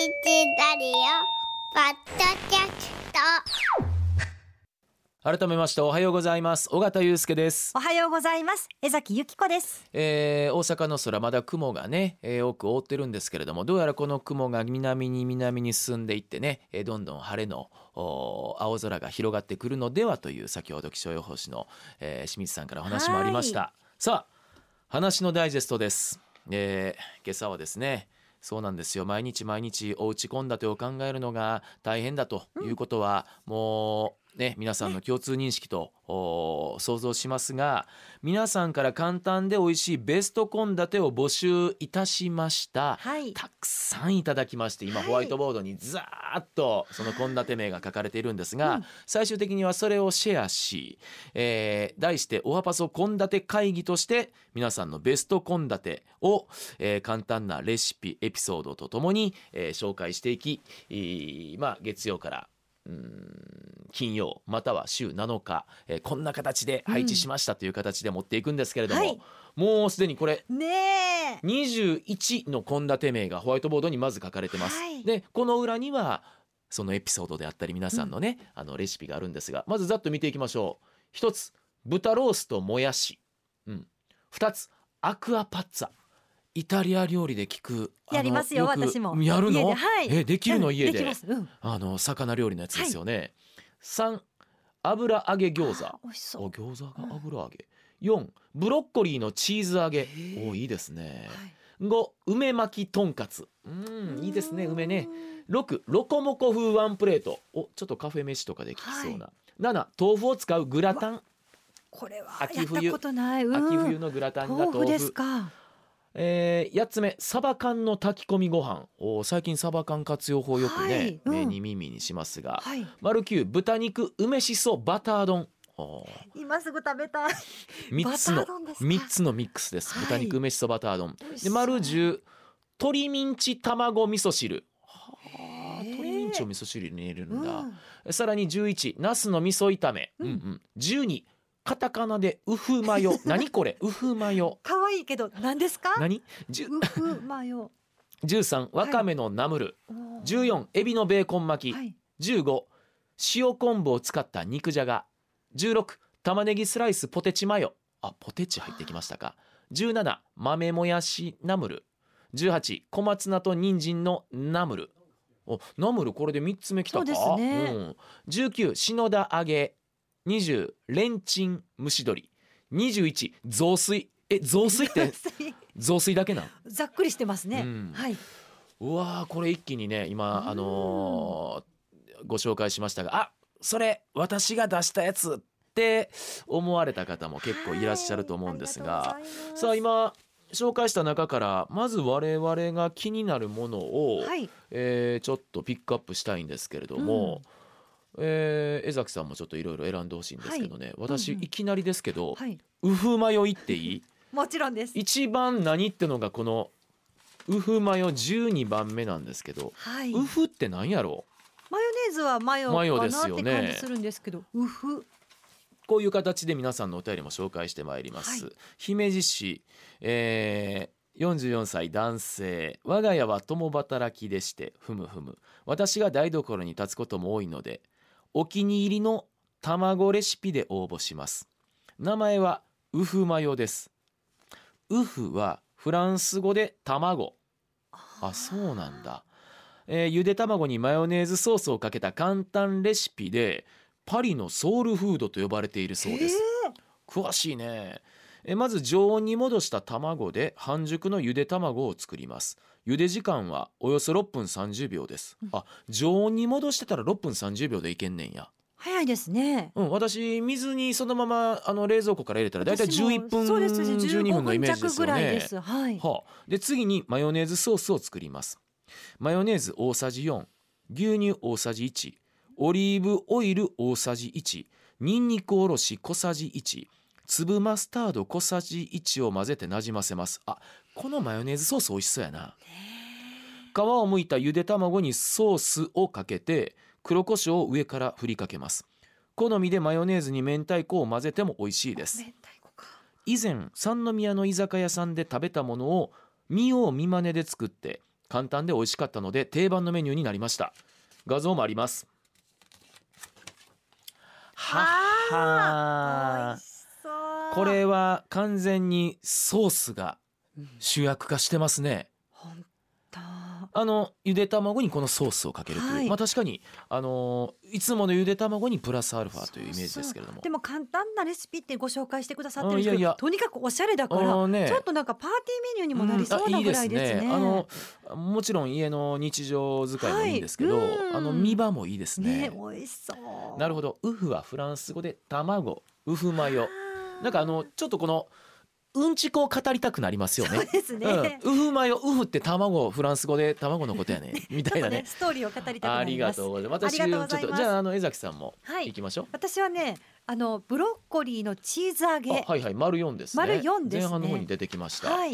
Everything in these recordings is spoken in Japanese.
ラディオポッドキャスト。 改めましておはようございます。尾形祐介です。 おはようございます。江崎由紀子です。 大阪の空まだ雲がね、多く覆ってるんですけれども、どうやらこの雲が南に進んでいってね、どんどん晴れの青空が広がってくるのではという先ほど気象予報士の、清水さんからお話もありました。さあ話のダイジェストです。今朝はですね、そうなんですよ、毎日おうち献立を考えるのが大変だということは、もうね、皆さんの共通認識と想像しますが、皆さんから簡単で美味しいベスト献立を募集いたしました、たくさんいただきまして、今ホワイトボードにザーッとその献立名が書かれているんですが、最終的にはそれをシェアし、題しておはパソ献立会議として皆さんのベスト献立を、簡単なレシピエピソードとともに、紹介していき、月曜から金曜または週7日、こんな形で配置しましたという形で持っていくんですけれども、もうすでにこれ21の献立名がホワイトボードにまず書かれてます、でこの裏にはそのエピソードであったり皆さんのね、レシピがあるんですが、まずざっと見ていきましょう。1つ豚ロースともやし、2つアクアパッツァ、イタリア料理で聞く、 やりますよ。私もやるので、 できるの家で、 できます、 魚料理のやつですよね、3油揚げ餃子、 美味しそう。 餃子が油揚げ、4ブロッコリーのチーズ揚げ、いいですね、5梅巻きとんかつ、いいですね梅ね、6ロコモコ風ワンプレート、ちょっとカフェ飯とかで効きそうな、7豆腐を使うグラタン、 これはやったことない、 秋冬のグラタンが豆腐ですか。 8つ目サバ缶の炊き込みご飯、最近サバ缶活用法よくね、目に耳にしますが、丸9豚肉梅しそバター丼、 今すぐ食べたい。 3つのミックスです、豚肉梅しそバター丼で、丸10鶏ミンチ卵味噌汁、鶏ミンチを味噌汁に入れるんだ、さらに11ナスの味噌炒め、12カタカナでウフマヨ、何これウフマヨ、 可愛いけど何ですか？ 何ウフマヨ。 13わかめのナムル、14エビのベーコン巻き、15塩昆布を使った肉じゃが、16玉ねぎスライスポテチマヨ、ポテチ入ってきましたか、17豆もやしナムル、18小松菜と人参のナムル、ナムルこれで3つ目きたか。 そうですね、 19篠田揚げ、20レンチン蒸し鶏、21雑炊、雑炊って雑炊だけなん？ ざっくりしてますね、 うわー、これ一気にね今、ご紹介しましたが、それ私が出したやつって思われた方も結構いらっしゃると思うんですが、さあ今紹介した中からまず我々が気になるものを、ちょっとピックアップしたいんですけれども、江崎さんもちょっといろいろ選んでほしいんですけどね、私いきなりですけど、ウフマヨ言っていい？ もちろんです。 一番何ってのがこのウフマヨ12番目なんですけど、ウフって何やろう？ マヨネーズはマヨかなですよねって感じするんですけど、ウフ、 こういう形で皆さんのお便りも紹介してまいります、姫路市、44歳男性、我が家は共働きでして私が台所に立つことも多いのでお気に入りの卵レシピで応募します。名前はウフマヨです。ウフはフランス語で卵。そうなんだ。ゆで卵にマヨネーズソースをかけた簡単レシピでパリのソウルフードと呼ばれているそうです。詳しいね。まず常温に戻した卵で半熟のゆで卵を作ります。ゆで時間はおよそ6分30秒です。常温に戻してたら6分30秒でいけんねんや。 早いですね。 私水にそのまま冷蔵庫から入れたらだいたい11分12分のイメージですよね。で次にマヨネーズソースを作ります。マヨネーズ大さじ4、牛乳大さじ1、オリーブオイル大さじ1、ニンニクおろし小さじ1、粒マスタード小さじ1を混ぜてなじませます。このマヨネーズソース美味しそうやな。皮を剥いたゆで卵にソースをかけて黒胡椒を上から振りかけます。好みでマヨネーズに明太子を混ぜても美味しいです。以前三宮の居酒屋さんで食べたものを見よう見まねで作って簡単で美味しかったので定番のメニューになりました。画像もあります。はっはー、これは完全にソースが主役化してますね。 本当。 ゆで卵にこのソースをかけるという、 はい、 確かにいつものゆで卵にプラスアルファというイメージですけれども。 でも簡単なレシピってご紹介してくださってるんですけど、 いやいやとにかくおしゃれだから、ちょっとなんかパーティーメニューにもなりそうなぐらいですね。 もちろん家の日常使いもいいんですけど、見栄もいいですね。 美味しそう。 なるほど。ウフはフランス語で卵、ウフマヨ。なんかちょっとこのうんちくを語りたくなりますよね。 そうですね。 ウフマヨ、ウフって卵、フランス語で卵のことやねみたいなね。 ストーリーを語りたくなります。 ありがとうございます。私ちょっとじゃあ江崎さんも行きましょう。 私はね、ブロッコリーのチーズ揚げ。 はいはい、丸4ですね。 丸4ですね。 前半の方に出てきました。 はい。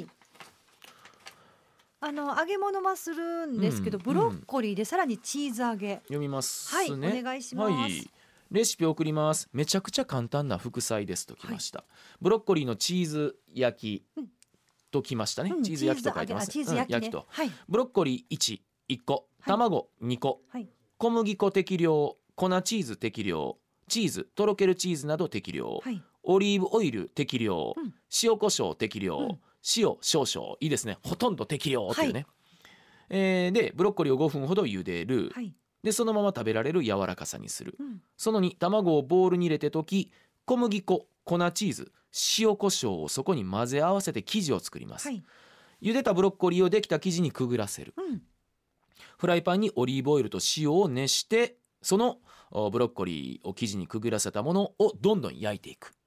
揚げ物はするんですけど、ブロッコリーでさらにチーズ揚げ。 読みますはい、 ね。 お願いします。 はい。レシピ送ります。めちゃくちゃ簡単な副菜ですときました。ブロッコリーのチーズ焼きときましたね。チーズ焼きと書いてます。 チーズ焼きね。 焼きと。ブロッコリー1個、卵2個、 はい、 小麦粉適量、粉チーズ適量、チーズ、とろけるチーズなど適量、 はい、 オリーブオイル適量、塩コショウ適量、塩少々、いいですね。ほとんど適量っていうね。でブロッコリーを5分ほど茹でる。でそのまま食べられる柔らかさにする。その2、卵をボウルに入れて溶き、小麦粉、粉チーズ、塩コショウをそこに混ぜ合わせて生地を作ります。茹でたブロッコリーをできた生地にくぐらせる。フライパンにオリーブオイルと塩を熱して、そのブロッコリーを生地にくぐらせたものをどんどん焼いていく。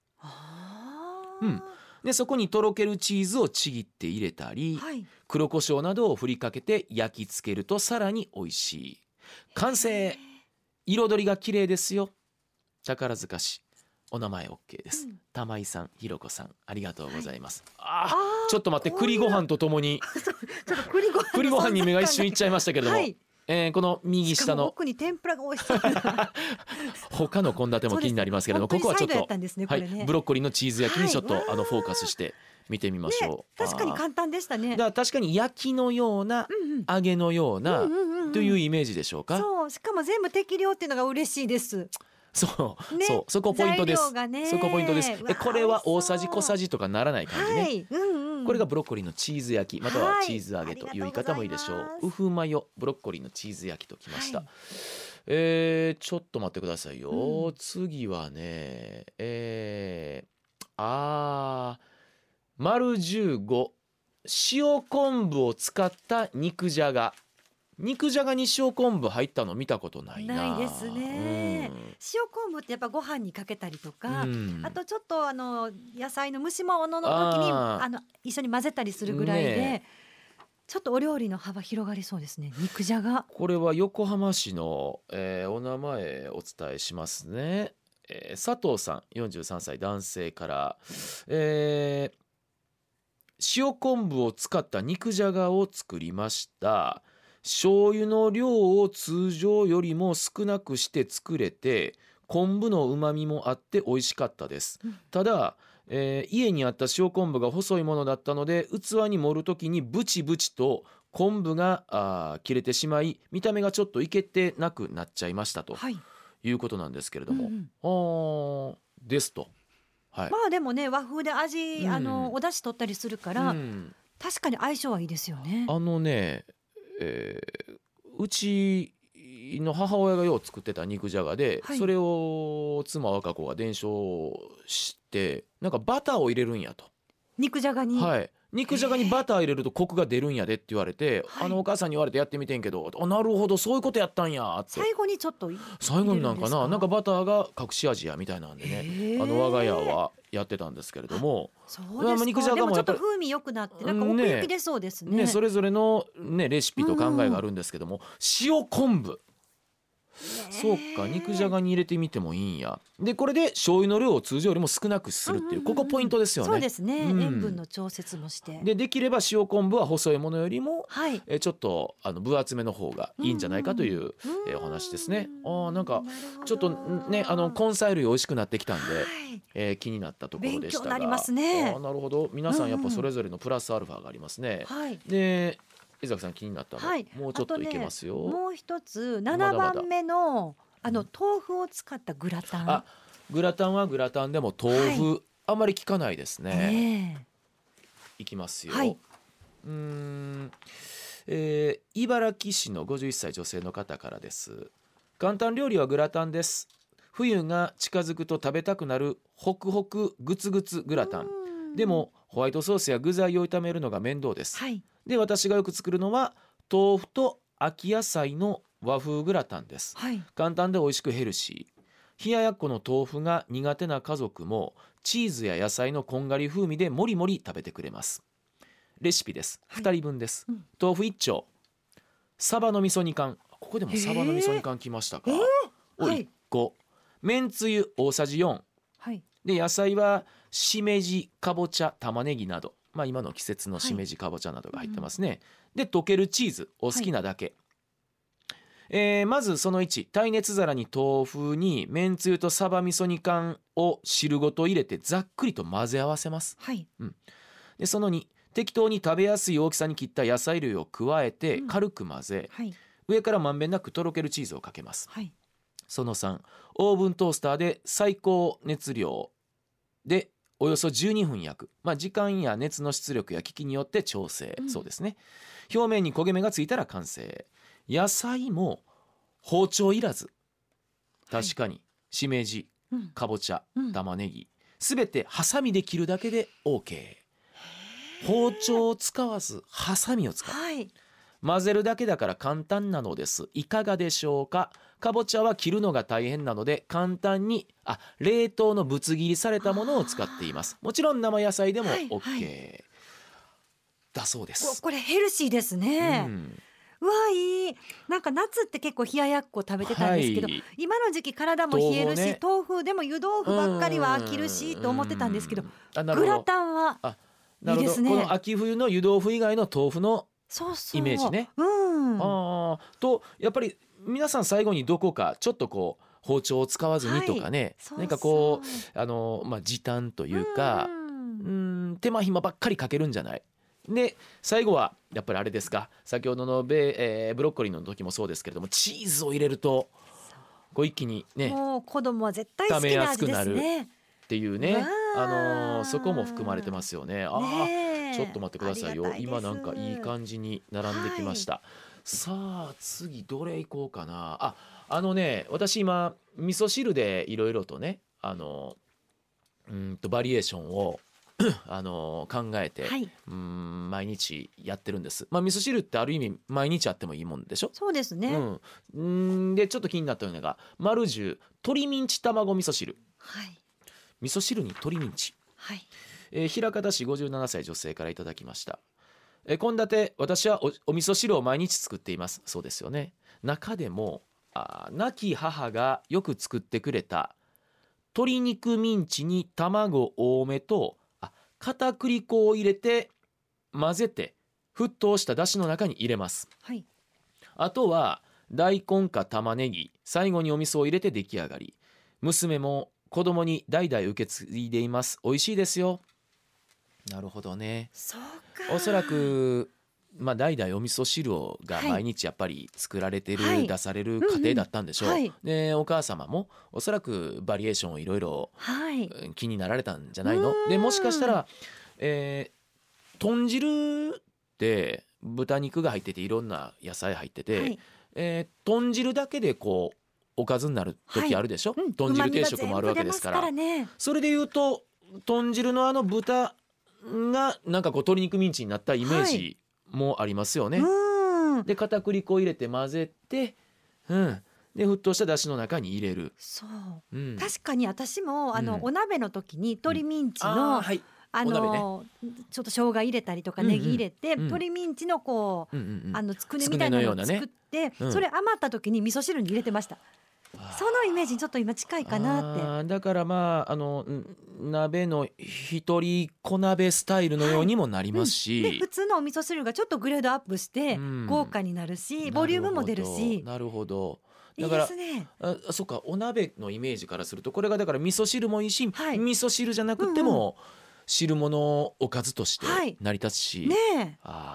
でそこにとろけるチーズをちぎって入れたり、黒胡椒などを振りかけて焼き付けるとさらに美味しい。完成。彩りが綺麗ですよ。宝塚市。お名前 OK です。玉井さん、ひろこさん、ありがとうございます。ちょっと待って、栗ご飯とともに栗ご飯に目が一瞬いっちゃいましたけれども、この右下の奥に天ぷらが美味しそう他の献立も気になりますけれども、ここはちょっとブロッコリーのチーズ焼きにちょっとフォーカスして見てみましょう。 確かに簡単でしたね。 確かに焼きのような、揚げのようなというイメージでしょうか。 そう、しかも全部適量っていうのが嬉しいです。 そこポイントです。そこポイントです。これは大さじ小さじとかならない感じね。これがブロッコリーのチーズ焼き、またはチーズ揚げという言い方もいいでしょう。ウフマヨ、ブロッコリーのチーズ焼きときました。ちょっと待ってくださいよ。次はね、丸15、塩昆布を使った肉じゃが。肉じゃがに塩昆布入ったの見たことないな。 ないですね。塩昆布ってやっぱご飯にかけたりとか、あとちょっと野菜の蒸し物の時に一緒に混ぜたりするぐらいで、ちょっとお料理の幅広がりそうですね。肉じゃが。 これは横浜市の、お名前お伝えしますね。佐藤さん、43歳男性から、塩昆布を使った肉じゃがを作りました。醤油の量を通常よりも少なくして作れて、昆布の旨味もあって美味しかったです。ただ、家にあった塩昆布が細いものだったので、器に盛るときにブチブチと昆布が切れてしまい、見た目がちょっといけてなくなっちゃいましたと、いうことなんですけれども、ですと。まあでもね、和風で味、お出汁取ったりするから、確かに相性はいいですよね。 うちの母親がよう作ってた肉じゃがで、それを妻若子が伝承して、なんかバターを入れるんやと。 肉じゃがに。 肉じゃがにバター入れるとコクが出るんやでって言われて、お母さんに言われてやってみてんけど、なるほどそういうことやったんやって。 最後にちょっと最後になんかな、なんかバターが隠し味やみたいなんでね、我が家はやってたんですけれども。 そうですか。肉じゃがもやっぱりでもちょっと風味良くなってなんか奥行き出そうですね。 それぞれのねレシピと考えがあるんですけども、塩昆布。そうか、肉じゃがに入れてみてもいいんや。でこれで醤油の量を通常よりも少なくするっていう、ここポイントですよね。 そうですね、塩分の調節もして。 できれば塩昆布は細いものよりも、ちょっと分厚めの方がいいんじゃないかというお話ですね。なんかちょっとね根菜類美味しくなってきたんで、気になったところでしたが。 勉強になりますね。 なるほど。皆さんやっぱそれぞれのプラスアルファがありますね。で江崎さん気になったの、 はい、 もうちょっといけますよ。 もう一つまだ 7番目の豆腐を使ったグラタン。 あ、グラタンはグラタンでも豆腐、あんまり聞かないですね。いきますよ。茨城市の51歳女性の方からです。簡単料理はグラタンです。冬が近づくと食べたくなるホクホクグツグツグラタンでもホワイトソースや具材を炒めるのが面倒です、で私がよく作るのは豆腐と秋野菜の和風グラタンです、簡単で美味しくヘルシー。冷ややっこの豆腐が苦手な家族もチーズや野菜のこんがり風味でもりもり食べてくれます。レシピです。2人分です、豆腐1丁、サバの味噌煮缶、ここでもサバの味噌煮缶きましたか、を1個、めんつゆ大さじ4、で野菜はしめじ、かぼちゃ、玉ねぎなど、今の季節のしめじ、かぼちゃなどが入ってますね、で溶けるチーズお好きなだけ、まずその1、耐熱皿に豆腐にめんつゆとサバ味噌煮缶を汁ごと入れてざっくりと混ぜ合わせます、でその2、適当に食べやすい大きさに切った野菜類を加えて軽く混ぜ、上からまんべんなくとろけるチーズをかけます、その3、オーブントースターで最高熱量でおよそ12分焼く、時間や熱の出力や機器によって調整、そうですね。表面に焦げ目がついたら完成。野菜も包丁いらず、確かにしめじ、かぼちゃ、玉ねぎすべてハサミで切るだけで OK。 包丁を使わずハサミを使う、混ぜるだけだから簡単なのです。いかがでしょうか。かぼちゃは切るのが大変なので簡単に冷凍のぶつ切りされたものを使っています。もちろん生野菜でも OK、だそうです。 これヘルシーですね、うわいい。なんか夏って結構冷ややっこ食べてたんですけど、今の時期体も冷えるし、豆腐でも湯豆腐ばっかりは飽きるしと思ってたんですけど、グラタンはいいですね。 この秋冬の湯豆腐以外の豆腐のイメージね。とやっぱり皆さん最後にどこかちょっとこう包丁を使わずにとかね、なんかこう時短というか、手間暇ばっかりかけるんじゃない。で最後はやっぱりあれですか、先ほどのブロッコリーの時もそうですけれども、チーズを入れるとこう一気にね、 もう子供は絶対好きな味ですねっていうね、そこも含まれてますよね。ちょっと待ってくださいよ。今なんかいい感じに並んできました、さあ次どれいこうかな。私今味噌汁でいろいろとねバリエーションを考えて、毎日やってるんです。味噌汁ってある意味毎日あってもいいもんでしょ。 そうですね、 でちょっと気になったのが丸十鶏ミンチ卵味噌汁、味噌汁に鶏ミンチ、枚方市57歳女性からいただきました。献立、私はお味噌汁を毎日作っています。そうですよね。中でも亡き母がよく作ってくれた鶏肉ミンチに卵多めと片栗粉を入れて混ぜて沸騰しただしの中に入れます、あとは大根か玉ねぎ、最後にお味噌を入れて出来上がり。娘も子供に代々受け継いでいます。美味しいですよ。なるほどね。 そうか。 おそらく代々お味噌汁が毎日やっぱり作られてる、出される家庭だったんでしょう、でお母様もおそらくバリエーションをいろいろ気になられたんじゃないの。でもしかしたら、豚汁って豚肉が入ってていろんな野菜入ってて、豚汁だけでこうおかずになる時あるでしょ、豚汁定食もあるわけですから、それでいうと豚汁の豚がなんかこう鶏肉ミンチになったイメージもありますよね。で片栗粉を入れて混ぜて、で沸騰しただしの中に入れる。 そう、確かに私もお鍋の時に鶏ミンチの、ちょっと生姜入れたりとかネギ入れて、鶏ミンチのこう、つくねみたいなのを作って、それ余った時に味噌汁に入れてました。そのイメージにちょっと今近いかなって。 だから鍋の一人小鍋スタイルのようにもなりますし、 で普通のお味噌汁がちょっとグレードアップして豪華になるし、ボリュームも出るし。 なるほど。だからいいですね。そっか、お鍋のイメージからするとこれがだから味噌汁もいいし、味噌汁じゃなくても汁物おかずとして成り立つし、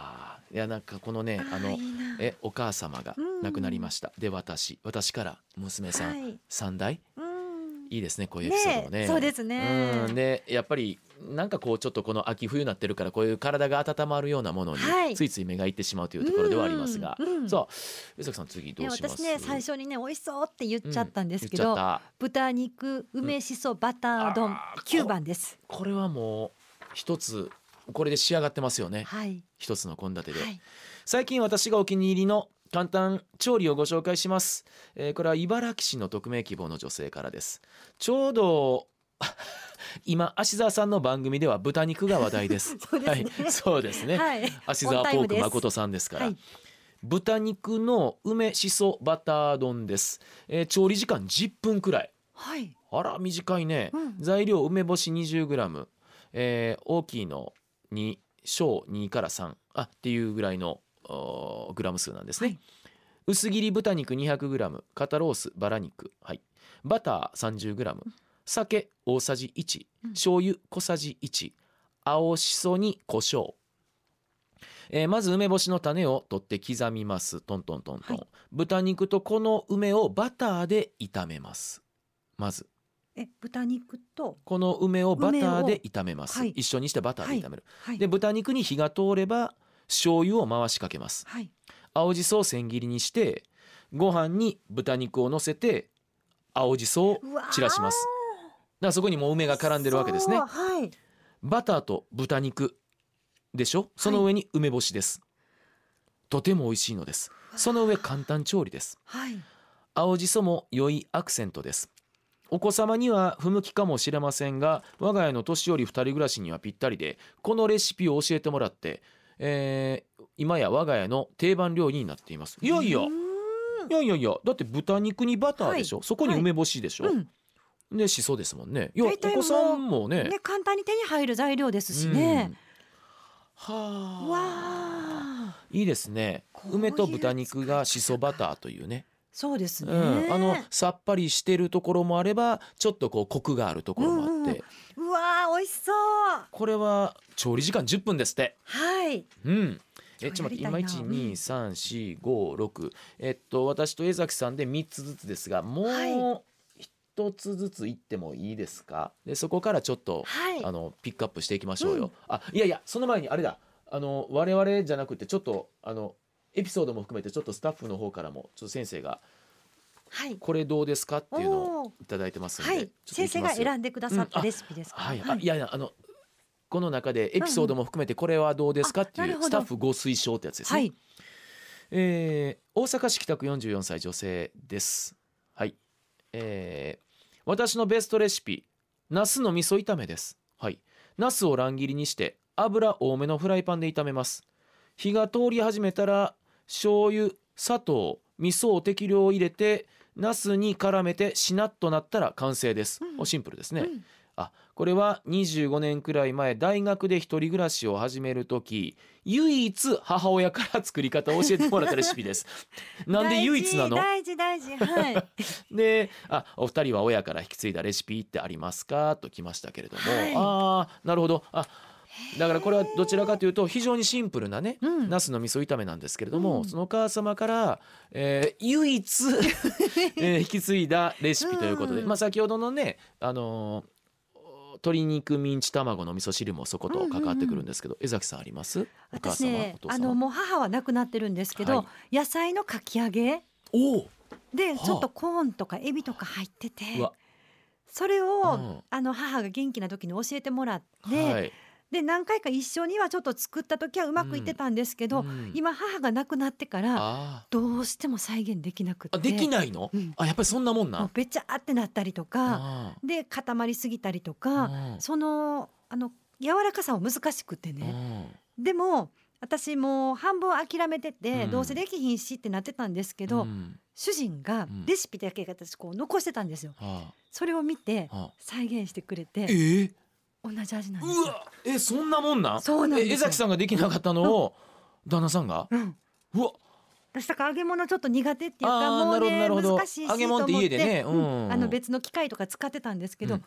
いやなんかこのねいいなお母様が亡くなりました、で私から娘さん、 はい、 3代いいですねこういうエピねソードもね。 そうですね。 でやっぱりなんかこうちょっとこの秋冬になってるからこういう体が温まるようなものにはいついつい目がいってしまうというところではありますが、さあ江崎さん次どうします？ 私ね最初にね美味しそうって言っちゃったんですけど、 言っちゃった。 豚肉梅しそバター丼、9番です。 これはもう一つこれで仕上がってますよね。 はい一つの献立で、 はい、 最近私がお気に入りの簡単調理をご紹介します、これは茨城市の匿名希望の女性からです。ちょうど今芦沢さんの番組では豚肉が話題ですそうですねはい、そうですね、 はい、 芦沢ポーク誠さんですから、 はい、 豚肉の梅しそバター丼です、調理時間10分くらい。 はい、 あら短いね、 材材料梅干し 20g、大きいの2小2から3っていうぐらいのグラム数なんですね、 はい、 薄切り豚肉 200g、 肩ロースバラ肉、はい、バター 30g、 酒大さじ1、醤油小さじ1、青しそに胡椒、まず梅干しの種を取って刻みます。トントントントン、 はい、 豚肉とこの梅をバターで炒めます。まず豚肉とこの梅をバターで炒めます、 はい、 一緒にしてバターで炒める、 はいで豚肉に火が通れば醤油を回しかけます。 はい、 青じそを千切りにしてご飯に豚肉を乗せて青じそを散らします。だからそこにもう梅が絡んでるわけですね。 はい、 バターと豚肉でしょ、その上に梅干しです、とても美味しいのです。その上簡単調理です。 はい、 青じそも良いアクセントです。お子様には不向きかもしれませんが我が家の年寄り2人暮らしにはぴったりでこのレシピを教えてもらって、今や我が家の定番料理になっています。いやいやだって豚肉にバターでしょ、そこに梅干しでしょ、でしそですもんね。いやお大体子さんもね簡単に手に入る材料ですしね、 はわああいいですね。 こういう梅と豚肉がしそバターというね、 そうですね、 さっぱりしてるところもあればちょっとこうコクがあるところもあって、 うわー美味しそう。 これは調理時間10分ですって。 はい、 ちょっと待って今やりたいな 12345私と江崎さんで3つずつですがもう1つずついってもいいですか。でそこからちょっと、 はい、 ピックアップしていきましょうよ、いやその前にあれだ我々じゃなくてちょっとエピソードも含めてちょっとスタッフの方からもちょっと先生がはい、 これどうですかっていうのをいただいてますので、 はい、 ちょっと先生がいきますよ。 選んでくださったレシピですか。 はい、いやこの中でエピソードも含めてこれはどうですかっていうスタッフご推奨ってやつですね。 はい、 大阪市北区44歳女性です。はい、私のベストレシピナスの味噌炒めです。はい、ナスを乱切りにして油多めのフライパンで炒めます。火が通り始めたら醤油砂糖味噌を適量入れてナスに絡めてしなっとなったら完成です、シンプルですね、これは25年くらい前大学で一人暮らしを始めるとき唯一母親から作り方を教えてもらったレシピですなんで唯一なの？ 大事はいでお二人は親から引き継いだレシピってありますかときましたけれども、 はなるほど。だからこれはどちらかというと非常にシンプルなね、 うんナスの味噌炒めなんですけれども、そのお母様から、唯一、引き継いだレシピということで、先ほどのね、鶏肉ミンチ卵の味噌汁もそこと関わってくるんですけど、江崎さんあります？お母様、 私ねお父様。 もう母は亡くなってるんですけど、 は野菜のかき揚げおお、 でちょっとコーンとかエビとか入ってて、 うわ、 それを、 うん母が元気な時に教えてもらって、 はい、 で何回か一緒にはちょっと作った時はうまくいってたんですけど、今母が亡くなってからどうしても再現できなくて、 できないの？やっぱりそんなもんな。 もうべちゃってなったりとかで固まりすぎたりとか、その柔らかさは難しくてね、でも私もう半分諦めてて、どうせできひんしってなってたんですけど、主人がレシピだけ私こう残してたんですよ、それを見て再現してくれて、同じ味なんですよ。 そんなもんなん？ そうなんですよ。 江崎さんができなかったのを、旦那さんが、うわ、 私だから揚げ物ちょっと苦手っていうかもうね難しいしと思って、 揚げ物って家でね、 別の機械とか使ってたんですけど、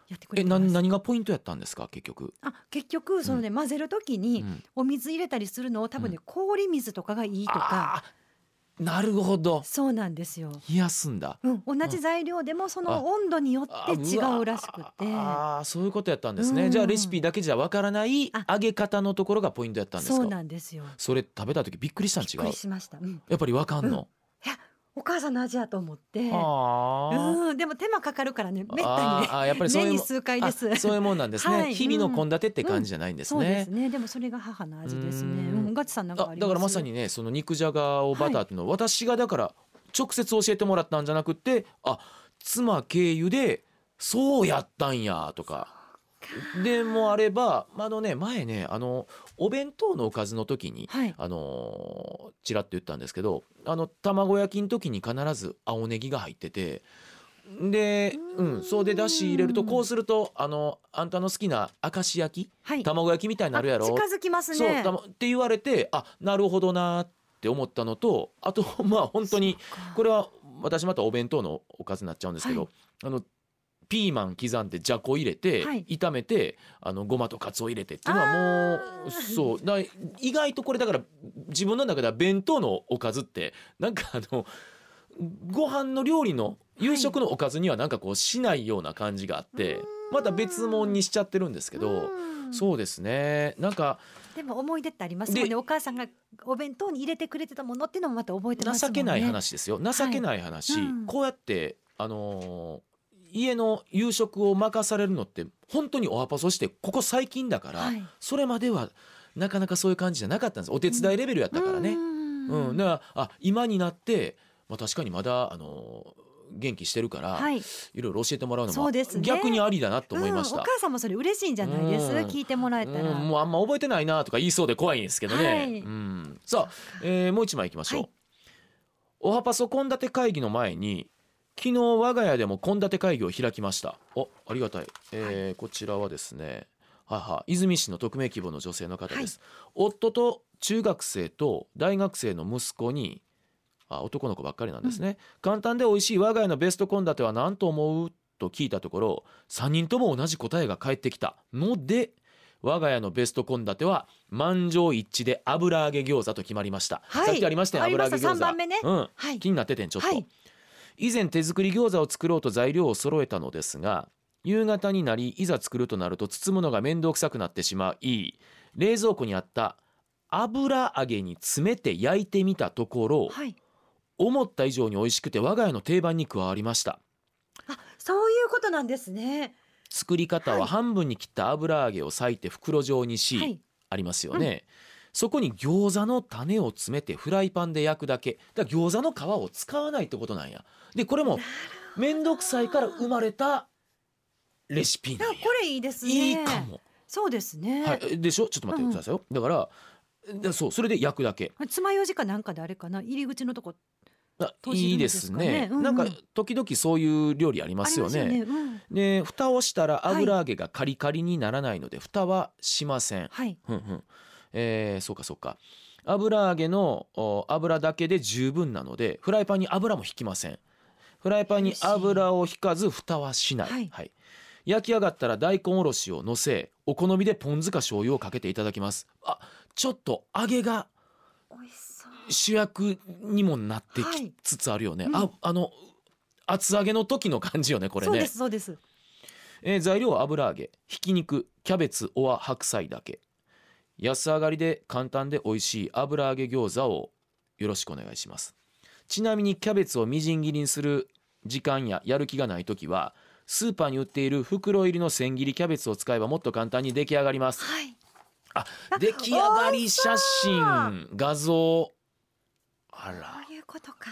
やってくれてます。 何がポイントやったんですか結局。 結局そのね、混ぜる時にお水入れたりするのを多分ね、氷水とかがいいとか。 なるほど。 そうなんですよ。 冷やすんだ。 同じ材料でもその温度によって違うらしくて。 そういうことやったんですね。じゃあレシピだけじゃわからない揚げ方のところがポイントやったんですか。 そうなんですよ。 それ食べた時びっくりしたん違う。 びっくりしました。 やっぱりわかんの。 いや、お母さんの味やと思って。でも手間かかるからね、めったにね、 やっぱり年に数回です。 そういうもんなんですね。日々の献立って感じじゃないんですね。 そうですね。でもそれが母の味ですね。ガチさんなんかあります？ だからまさにね、その肉じゃがをバターっていうのは私がだから直接教えてもらったんじゃなくって妻経由でそうやったんやとかでもあれば前ねお弁当のおかずの時に、ちらっと言ったんですけど卵焼きの時に必ず青ネギが入っててで、そうでだし入れるとこうするとあんたの好きな明石焼き、卵焼きみたいになるやろ近づきますね。 そうって言われてなるほどなって思ったのとあと本当にこれは私またお弁当のおかずになっちゃうんですけど、ピーマン刻んでじゃこ入れて、炒めてごまとかつお入れてっていうのはもうそうだ意外とこれだから自分の中では弁当のおかずってなんかご飯の料理の夕食のおかずにはなんかこうしないような感じがあってまた別物にしちゃってるんですけどそうですねなんかでも思い出ってありますもんね。お母さんがお弁当に入れてくれてたものっていうのもまた覚えてますもんね。 情けない話ですよ情けない話、こうやって家の夕食を任されるのって本当におはパソしてここ最近だから、それまではなかなかそういう感じじゃなかったんです。お手伝いレベルやったからね。だから今になって、確かにまだ元気してるから、いろいろ教えてもらうのも逆にありだなと思いました。 お母さんもそれ嬉しいんじゃないです、聞いてもらえたら。 もうあんま覚えてないなとか言いそうで怖いんですけどね。さあ、もう一枚いきましょう。おはパソ献立会議の前に昨日我が家でも献立会議を開きました。ありがたい、こちらはですね和泉市の匿名希望の女性の方です。夫と中学生と大学生の息子に男の子ばっかりなんですね、簡単で美味しい我が家のベスト献立は何と思うと聞いたところ3人とも同じ答えが返ってきたので我が家のベスト献立は満場一致で油揚げ餃子と決まりました、さっきありましたよ油揚げ餃子 3番目ね、 気になっててんちょっと、以前手作り餃子を作ろうと材料を揃えたのですが夕方になりいざ作るとなると包むのが面倒くさくなってしまい冷蔵庫にあった油揚げに詰めて焼いてみたところ、思った以上に美味しくて我が家の定番に加わりました。 そういうことなんですね。 作り方は半分に切った油揚げを裂いて袋状にし、ありますよね、そこに餃子の種を詰めてフライパンで焼くだけだから餃子の皮を使わないってことなんや。でこれも面倒くさいから生まれたレシピなんや。 これいいですね。 いいかも。 そうですね、 でしょ。ちょっと待ってくださいよ、だからそれで焼くだけ。 爪楊枝かなんかであれかな入り口のとこいいですね、なんか時々そういう料理ありますよね。で蓋をしたら油揚げがカリカリにならないので蓋はしません。そうか油揚げの油だけで十分なのでフライパンに油も引きません。フライパンに油を引かず蓋はしない、焼き上がったら大根おろしをのせお好みでポン酢か醤油をかけていただきます。ちょっと揚げが主役にもなってきつつあるよね、厚揚げの時の感じよねこれね。 そうです、 材料は油揚げひき肉キャベツおわ白菜だけ。安上がりで簡単で美味しい油揚げ餃子をよろしくお願いします。ちなみにキャベツをみじん切りにする時間ややる気がないときはスーパーに売っている袋入りの千切りキャベツを使えばもっと簡単に出来上がります。出来上がり写真画像そういうことか。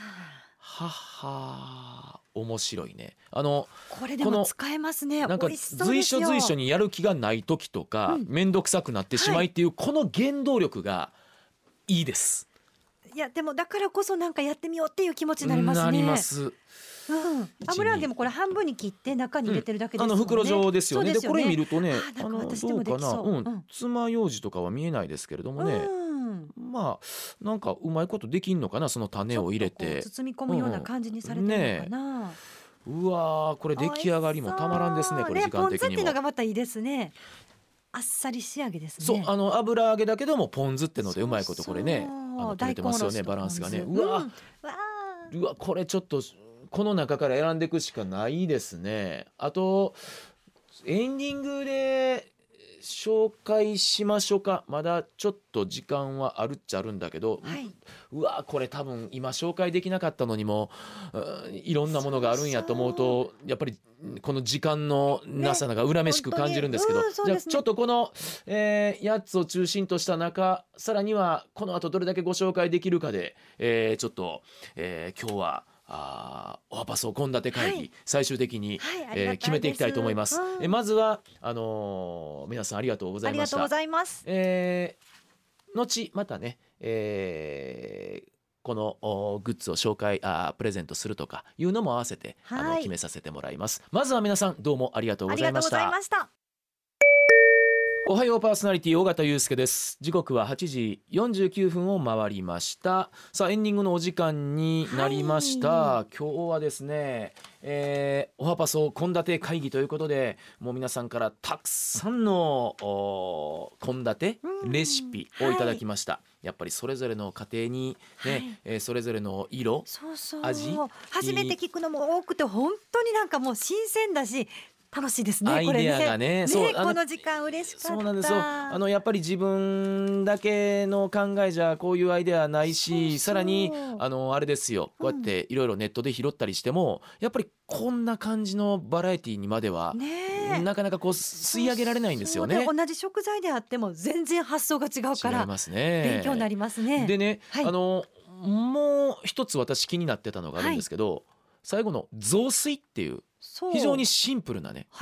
面白いね。 これでも使えますね。 なんか随所随所にやる気がない時とか面倒くさくなってしまいっていうこの原動力がいいです。 いやでもだからこそなんかやってみようっていう気持ちになりますね。 なります。 油揚げもこれ半分に切って中に入れてるだけですもんね。 袋状ですよね。でこれ見るとねどうかな、爪楊枝とかは見えないですけれどもね、なんかうまいことできんのかな。その種を入れて包み込むような感じにされてるのかな。 うわー、これ出来上がりもたまらんですね。これ時間的ポン酢っていうのにも。 がまたいいですね。あっさり仕上げですね。 そう、油揚げだけどもポン酢ってのでうまいことこれね、 そう取れてますよね、バランスがね。うわ、うわ、これちょっとこの中から選んでいくしかないですね。あとエンディングで紹介しましょうか。まだちょっと時間はあるっちゃあるんだけど、 はい、 うわ、これ多分今紹介できなかったのにもいろんなものがあるんやと思うと、やっぱりこの時間のなさが恨めしく感じるんですけど、じゃあちょっとこの、8つを中心とした中、さらにはこの後どれだけご紹介できるかで、ちょっと、今日はおはパソ献立会議、 はい、 最終的に、決めていきたいと思います。まずは皆さんありがとうございました。 ありがとうございます。 後またね、このグッズを紹介プレゼントするとかいうのも合わせて、決めさせてもらいます。まずは皆さんどうもありがとうございました。おはようパーソナリティ尾形祐介です。時刻は8時49分を回りました。さあエンディングのお時間になりました。今日はですね、おはパソ献立会議ということで、もう皆さんからたくさんの献立レシピをいただきました。やっぱりそれぞれの家庭にね、それぞれの色、味、 初めて聞くのも多くて本当になんかもう新鮮だし楽しいですね。 アイデアがね、 そうこの時間嬉しかった。 そうなんですよ。やっぱり自分だけの考えじゃこういうアイデアないし、さらにあれですよ、こうやっていろいろネットで拾ったりしても、やっぱりこんな感じのバラエティにまではなかなかこう吸い上げられないんですよね。 同じ食材であっても全然発想が違うから違いますね。 勉強になりますね。 でね、もう一つ私気になってたのがあるんですけど、最後の雑炊っていう非常にシンプルなね、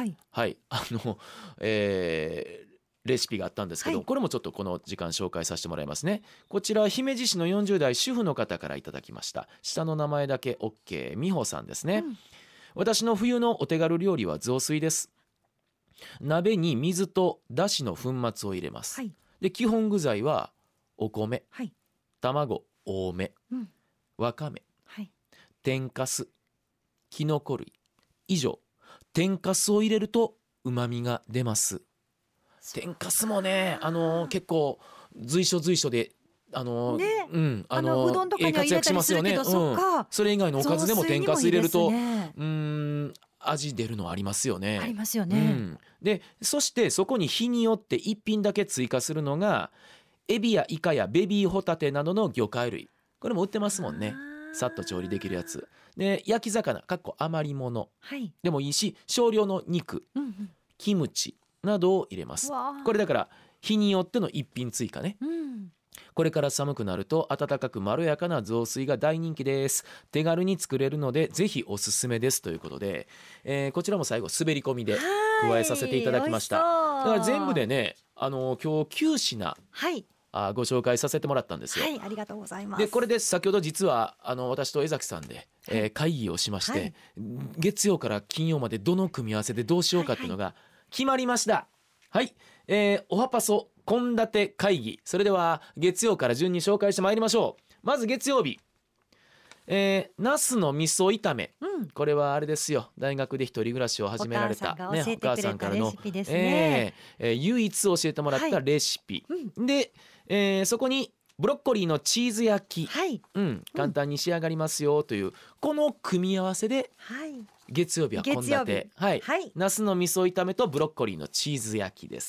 レシピがあったんですけど、これもちょっとこの時間紹介させてもらいますね。こちら姫路市の40代主婦の方からいただきました。下の名前だけ OK 美穂さんですね。私の冬のお手軽料理は雑炊です。鍋に水とだしの粉末を入れます。で基本具材はお米、卵多め、わかめ、天かす、きのこ類、以上。天かすを入れると旨味が出ます。天かすもね、結構随所随所でうどんとかには入れたりするけど、それ以外のおかずでも天かす入れると味出るのありますよね。 ありますよね。 でそしてそこに日によって一品だけ追加するのがエビやイカやベビーホタテなどの魚介類。これも売ってますもんね。さっと調理できるやつで、焼き魚余り物でもいいし、少量の肉、キムチなどを入れます。これだから日によっての一品追加ね。これから寒くなると温かくまろやかな雑炊が大人気です。手軽に作れるのでぜひおすすめですということで、こちらも最後滑り込みで加えさせていただきました。だから全部でね、今日9品、ご紹介させてもらったんですよ。 ありがとうございます。 でこれで先ほど実は私と江崎さんで、会議をしまして、月曜から金曜までどの組み合わせでどうしようかっていうのが決まりました。おはパソ献立会議、それでは月曜から順に紹介してまいりましょう。まず月曜日、ナスの味噌炒め、これはあれですよ、大学で一人暮らしを始められたお母さんからの唯一教えてもらったレシピ、でそこにブロッコリーのチーズ焼き、簡単に仕上がりますよというこの組み合わせで、月曜日は献立、ナスの味噌炒めとブロッコリーのチーズ焼きです。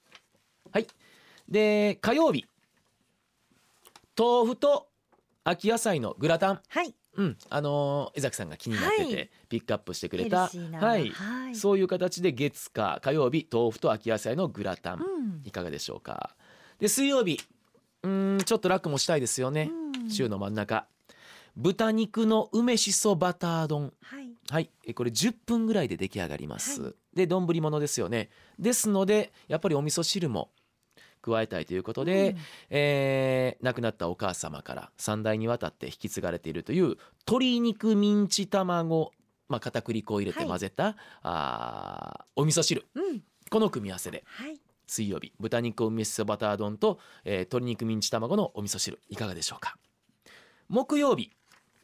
で火曜日、豆腐と秋野菜のグラタン、江崎さんが気になっててピックアップしてくれた、そういう形で月火火曜日豆腐と秋野菜のグラタン、いかがでしょうか。で水曜日、ちょっと楽もしたいですよね。週の真ん中、豚肉の梅しそバター丼、これ10分ぐらいで出来上がります。で丼物ですよね。ですのでやっぱりお味噌汁も加えたいということで、亡くなったお母様から3代にわたって引き継がれているという鶏肉ミンチ卵、片栗粉を入れて混ぜた、お味噌汁、この組み合わせで、水曜日豚肉梅しそバター丼と、鶏肉ミンチ卵のお味噌汁、いかがでしょうか。木曜日、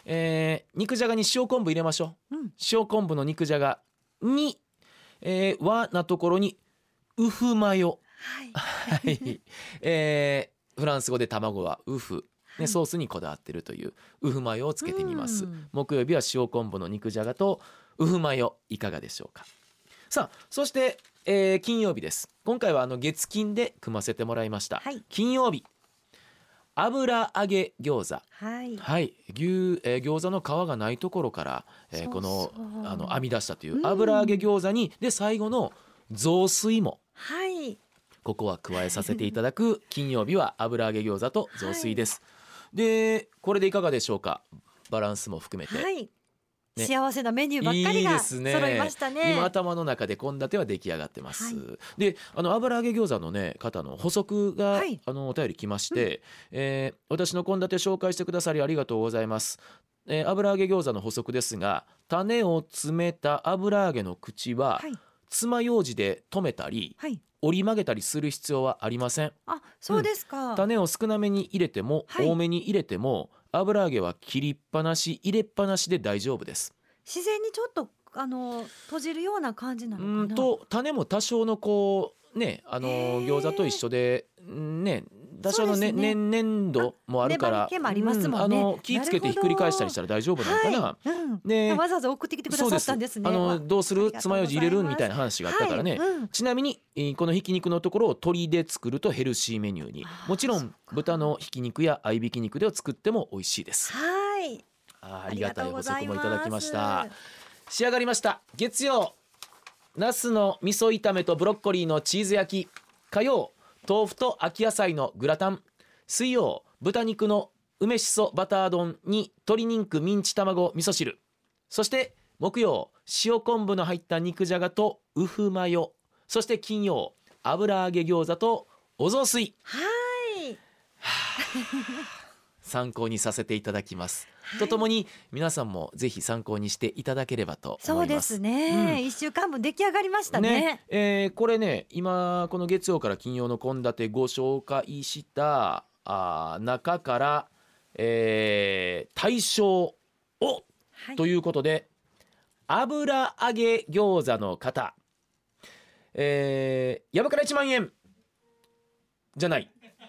肉じゃがに塩昆布入れましょう。塩昆布の肉じゃがに、和なところにウフマヨ、はいフランス語で卵はウフ、ね、ソースにこだわってるというウフマヨをつけてみます。木曜日は塩昆布の肉じゃがとウフマヨいかがでしょうか。さあそして、金曜日です。今回は月金で組ませてもらいました、金曜日油揚げ餃子、餃子の皮がないところから、この編み出したという油揚げ餃子に、で最後の雑炊も、ここは加えさせていただく金曜日は油揚げ餃子と雑炊です、でこれでいかがでしょうか。バランスも含めて、 幸せなメニューばっかりが揃いましたね。 今頭の中で献立は出来上がってます、で油揚げ餃子のね方の補足が、お便り来まして、私の献立紹介してくださりありがとうございます。油揚げ餃子の補足ですが、種を詰めた油揚げの口は、爪楊枝で留めたり、折り曲げたりする必要はありません。 そうですか、 種を少なめに入れても、多めに入れても油揚げは切りっぱなし入れっぱなしで大丈夫です。 自然にちょっと閉じるような感じなのかな。 種も多少のこうね餃子と一緒でね多少の、粘度もあるから、 粘り気もありますもんね、 気ぃつけてひっくり返したりしたら大丈夫なのかな、 でわざわざ送ってきてくださったんですね。 どうする爪楊枝入れるみたいな話があったからね、ちなみにこのひき肉のところを鶏で作るとヘルシーメニューに、もちろん豚のひき肉や合いびき肉で作っても美味しいです。ありがたい補足もいただきました。仕上がりました。月曜ナスの味噌炒めとブロッコリーのチーズ焼き、火曜豆腐と秋野菜のグラタン、水曜豚肉の梅しそバター丼に鶏肉ミンチ卵味噌汁、そして木曜塩昆布の入った肉じゃがとウフマヨ、そして金曜油揚げ餃子とお雑炊。参考にさせていただきます、とともに皆さんもぜひ参考にしていただければと思います。 そうですね、1週間分出来上がりましたね。 これね今この月曜から金曜の献立ご紹介した中から、対象を、ということで油揚げ餃子の方、山から1万円じゃない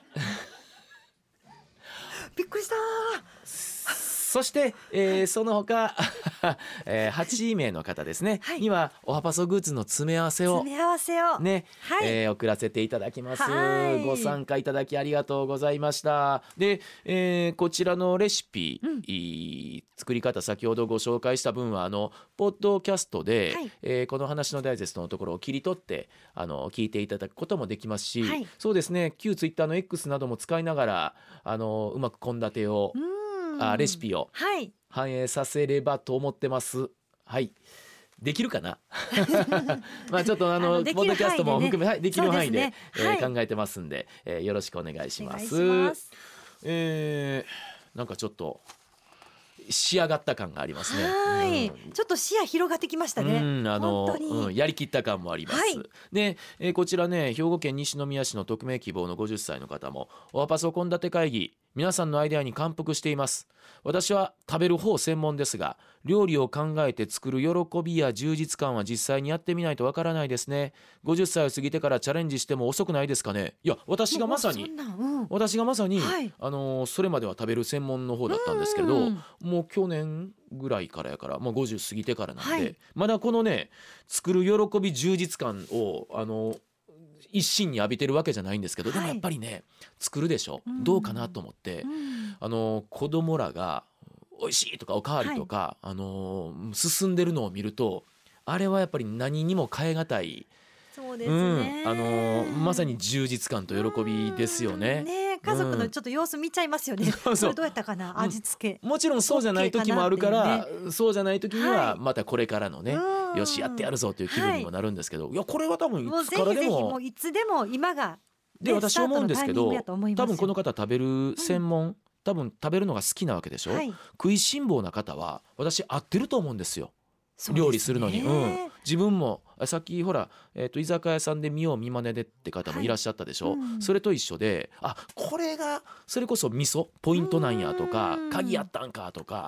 びっくりした。 そして、その他8名の方ですね、にはおはパソグッズの詰め合わせをね、送らせていただきます。ご参加いただきありがとうございました。で、こちらのレシピ、作り方先ほどご紹介した分はポッドキャストで、この話のダイジェストのところを切り取って聞いていただくこともできますし、そうですね、旧ツイッターの X なども使いながらうまく献立をレシピを反映させればと思ってます。できるかなまあちょっとポッドキャストも含め、できる範囲で、考えてますんで、よろしくお願いします。なんかちょっと仕上がった感がありますね。 ちょっと視野広がってきましたね。本当にやりきった感もあります。で、こちらね、兵庫県西宮市の匿名希望の50歳の方も、おはパソ献立会議皆さんのアイデアに感服しています。私は食べる方専門ですが、料理を考えて作る喜びや充実感は実際にやってみないとわからないですね。50歳を過ぎてからチャレンジしても遅くないですかね。いや、私がまさに、それまでは食べる専門の方だったんですけれど、もう去年ぐらいからやから、もう50過ぎてからなんで、まだこのね、作る喜び充実感を一心に浴びてるわけじandですけど、でもやっぱりね、作るでしょ、どうかなと思って、子供らが美味しいとかおかわりとか、進んでるのを見ると、あれはやっぱり何にも代え難い、 そうですね、 まさに充実感と喜びですよね。 家族のちょっと様子見ちゃいますよね。これどうやったかな、味付け。 もちろんそうじゃない時もあるから、そうじゃない時にはまたこれからのね、よしやってやるぞという気分にもなるんですけど、いやこれは多分いつからでもいつでも今がで、私思うんですけど、多分この方食べる専門、多分食べるのが好きなわけでしょ、食いしん坊な方は私合ってると思うんですよ、料理するのに。自分もさっきほら、居酒屋さんで見よう見まねでって方もいらっしゃったでしょ、それと一緒で、これがそれこそ味噌ポイントなんやとか、鍵やったんかとか、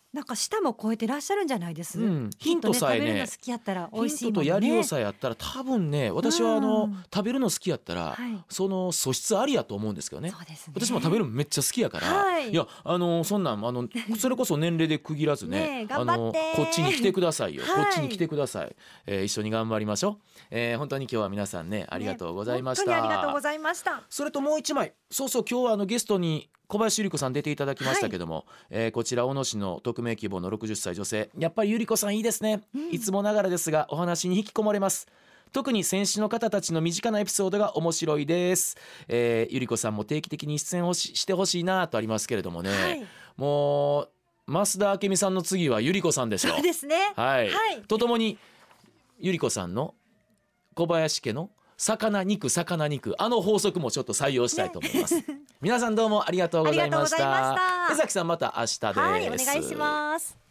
なんか舌も超えてらっしゃるんじゃないです、 ヒントさえね、 食べるの好きやったら美味しいヒンもんね。 トとやりよさえあったら多分ね、私はうん食べるの好きやったら、 はい、 その素質ありやと思うんですけどね。 そうですね。 私も食べるのめっちゃ好きやから、 はいいやそんなんそれこそ年齢で区切らずねねえ頑張ってこっちに来てくださいよ、 はいこっちに来てください、一緒に頑張りましょう、本当に今日は皆さんねありがとうございました、 本当にありがとうございました。 それともう一枚、そうそう、今日はゲストに小林百合子さん出ていただきましたけども、こちら小野市の匿名希望の60歳女性、やっぱり百合子さんいいですね、いつもながらですがお話に引き込まれます。特に選手の方たちの身近なエピソードが面白いです、百合子さんも定期的に出演してほしいなとありますけれどもね、 はい、 もう増田明美さんの次は百合子さんでしょう。 そうですね。 はい、 はい、 とともに百合子さんの小林家の魚肉法則もちょっと採用したいと思います、皆さんどうもありがとうございました。 ありがとうございました。 江崎さんまた明日です。 はい、お願いします。